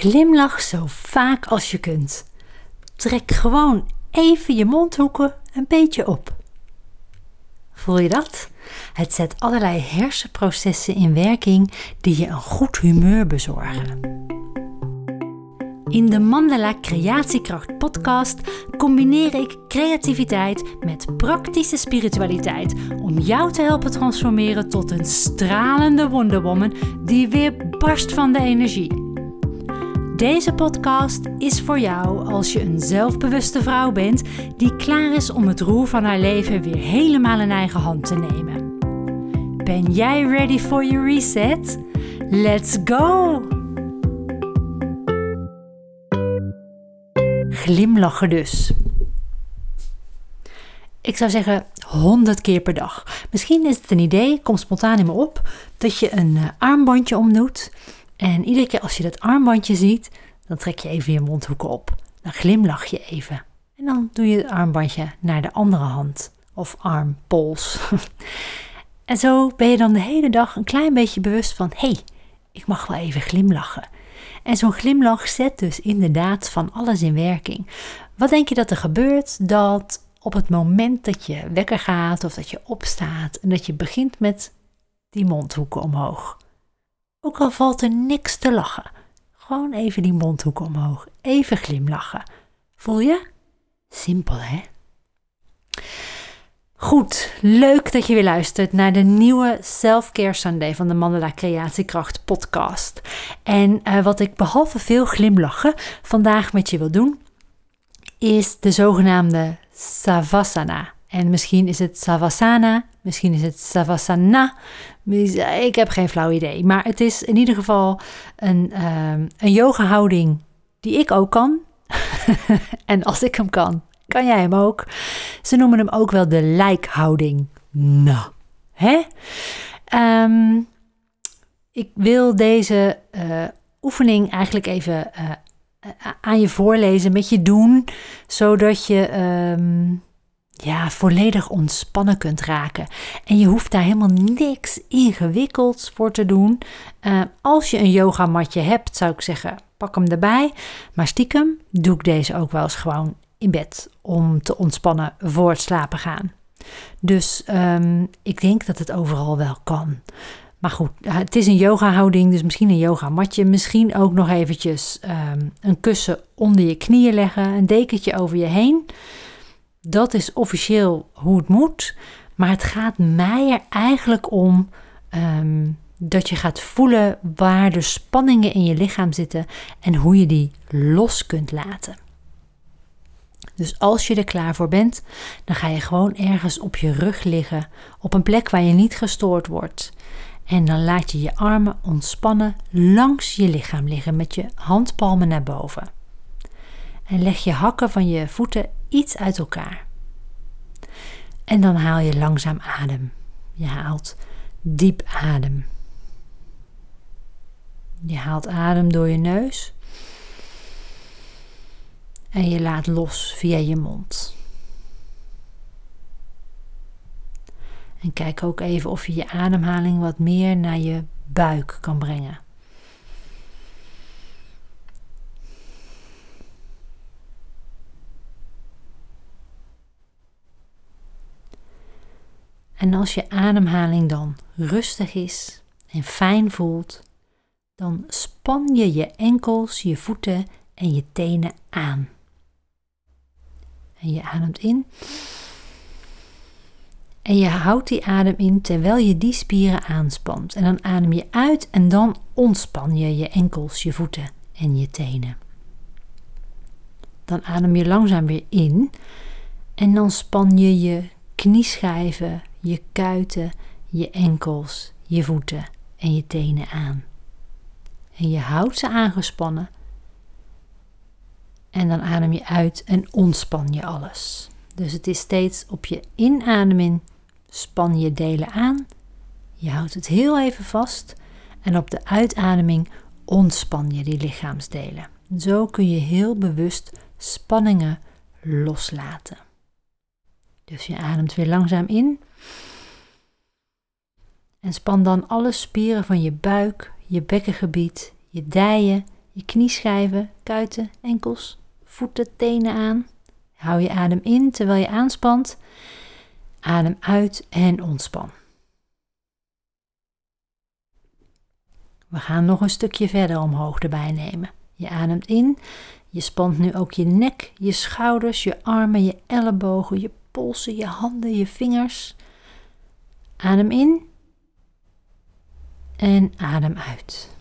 Glimlach zo vaak als je kunt. Trek gewoon even je mondhoeken een beetje op. Voel je dat? Het zet allerlei hersenprocessen in werking die je een goed humeur bezorgen. In de Mandala Creatiekracht podcast combineer ik creativiteit met praktische spiritualiteit om jou te helpen transformeren tot een stralende Wonder Woman die weer barst van de energie. Deze podcast is voor jou als je een zelfbewuste vrouw bent die klaar is om het roer van haar leven weer helemaal in eigen hand te nemen. Ben jij ready for your reset? Let's go! Glimlachen dus. Ik zou zeggen 100 keer per dag. Misschien is het een idee, komt spontaan in me op, dat je een armbandje omdoet. En iedere keer als je dat armbandje ziet, dan trek je even je mondhoeken op. Dan glimlach je even. En dan doe je het armbandje naar de andere hand. Of arm, pols. En zo ben je dan de hele dag een klein beetje bewust van, hé, ik mag wel even glimlachen. En zo'n glimlach zet dus inderdaad van alles in werking. Wat denk je dat er gebeurt dat op het moment dat je wekker gaat of dat je opstaat en dat je begint met die mondhoeken omhoog? Ook al valt er niks te lachen. Gewoon even die mondhoeken omhoog. Even glimlachen. Voel je? Simpel, hè? Goed, leuk dat je weer luistert naar de nieuwe Self-Care Sunday van de Mandala Creatiekracht podcast. En wat ik behalve veel glimlachen vandaag met je wil doen, is de zogenaamde Savasana. En misschien is het Savasana, misschien is het Savasana. Ik heb geen flauw idee. Maar het is in ieder geval een yoga houding die ik ook kan. En als ik hem kan jij hem ook. Ze noemen hem ook wel de lijkhouding. Nou, hè? Ik wil deze oefening eigenlijk even aan je voorlezen, met je doen, zodat je volledig ontspannen kunt raken. En je hoeft daar helemaal niks ingewikkelds voor te doen. Als je een yogamatje hebt, zou ik zeggen, pak hem erbij. Maar stiekem doe ik deze ook wel eens gewoon in bed om te ontspannen voor het slapen gaan. Dus ik denk dat het overal wel kan. Maar goed, het is een yoga houding, dus misschien een yogamatje. Misschien ook nog eventjes een kussen onder je knieën leggen, een dekentje over je heen. Dat is officieel hoe het moet. Maar het gaat mij er eigenlijk om dat je gaat voelen waar de spanningen in je lichaam zitten en hoe je die los kunt laten. Dus als je er klaar voor bent, dan ga je gewoon ergens op je rug liggen, op een plek waar je niet gestoord wordt. En dan laat je je armen ontspannen langs je lichaam liggen met je handpalmen naar boven. En leg je hakken van je voeten iets uit elkaar. En dan haal je langzaam adem. Je haalt diep adem. Je haalt adem door je neus. En je laat los via je mond. En kijk ook even of je je ademhaling wat meer naar je buik kan brengen. En als je ademhaling dan rustig is en fijn voelt, dan span je je enkels, je voeten en je tenen aan. En je ademt in. En je houdt die adem in terwijl je die spieren aanspant. En dan adem je uit en dan ontspan je je enkels, je voeten en je tenen. Dan adem je langzaam weer in. En dan span je je knieschijven, je kuiten, je enkels, je voeten en je tenen aan. En je houdt ze aangespannen. En dan adem je uit en ontspan je alles. Dus het is steeds op je inademing span je delen aan. Je houdt het heel even vast. En op de uitademing ontspan je die lichaamsdelen. Zo kun je heel bewust spanningen loslaten. Dus je ademt weer langzaam in. En span dan alle spieren van je buik, je bekkengebied, je dijen, je knieschijven, kuiten, enkels, voeten, tenen aan. Hou je adem in terwijl je aanspant. Adem uit en ontspan. We gaan nog een stukje verder omhoog erbij nemen. Je ademt in. Je spant nu ook je nek, je schouders, je armen, je ellebogen, je polsen, je handen, je vingers. Adem in. En adem uit.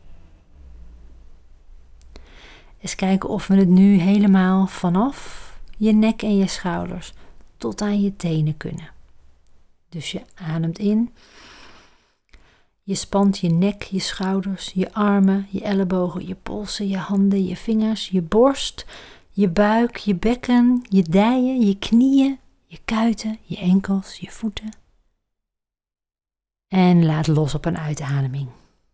Eens kijken of we het nu helemaal vanaf je nek en je schouders tot aan je tenen kunnen. Dus je ademt in. Je spant je nek, je schouders, je armen, je ellebogen, je polsen, je handen, je vingers, je borst, je buik, je bekken, je dijen, je knieën, je kuiten, je enkels, je voeten. En laat los op een uitademing.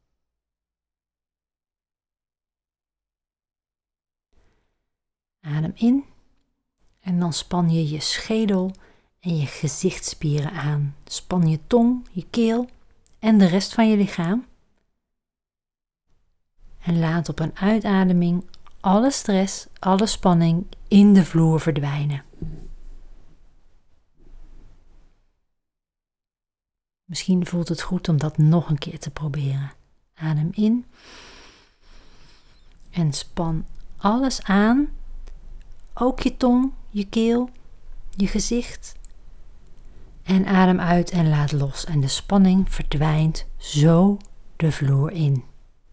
Adem in en dan span je je schedel en je gezichtsspieren aan. Span je tong, je keel en de rest van je lichaam. En laat op een uitademing alle stress, alle spanning in de vloer verdwijnen. Misschien voelt het goed om dat nog een keer te proberen. Adem in en span alles aan. Ook je tong, je keel, je gezicht. En adem uit en laat los. En de spanning verdwijnt zo de vloer in.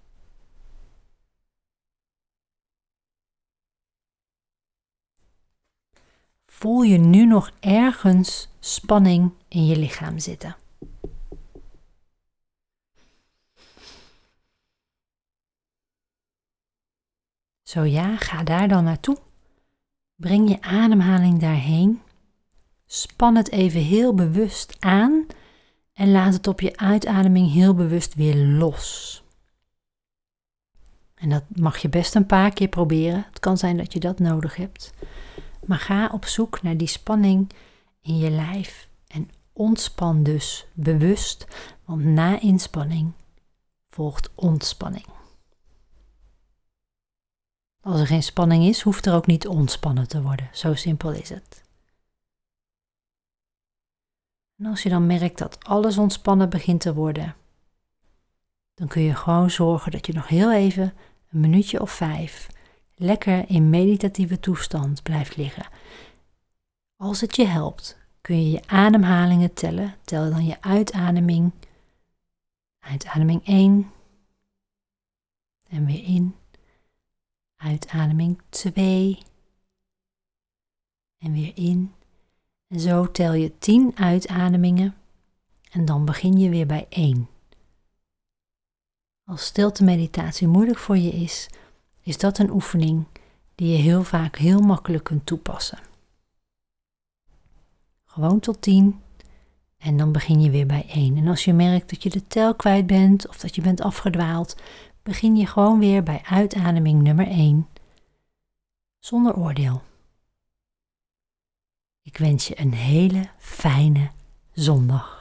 Voel je nu nog ergens spanning in je lichaam zitten? Zo ja, ga daar dan naartoe. Breng je ademhaling daarheen. Span het even heel bewust aan en laat het op je uitademing heel bewust weer los. En dat mag je best een paar keer proberen. Het kan zijn dat je dat nodig hebt. Maar ga op zoek naar die spanning in je lijf en ontspan dus bewust, want na inspanning volgt ontspanning. Als er geen spanning is, hoeft er ook niet ontspannen te worden. Zo simpel is het. En als je dan merkt dat alles ontspannen begint te worden, dan kun je gewoon zorgen dat je nog heel even, een minuutje of 5, lekker in meditatieve toestand blijft liggen. Als het je helpt, kun je je ademhalingen tellen. Tel dan je uitademing. Uitademing 1. En weer in. Uitademing 2. En weer in. En zo tel je 10 uitademingen. En dan begin je weer bij 1. Als stilte-meditatie moeilijk voor je is dat een oefening die je heel vaak heel makkelijk kunt toepassen. Gewoon tot 10 en dan begin je weer bij 1. En als je merkt dat je de tel kwijt bent of dat je bent afgedwaald, begin je gewoon weer bij uitademing nummer 1, zonder oordeel. Ik wens je een hele fijne zondag.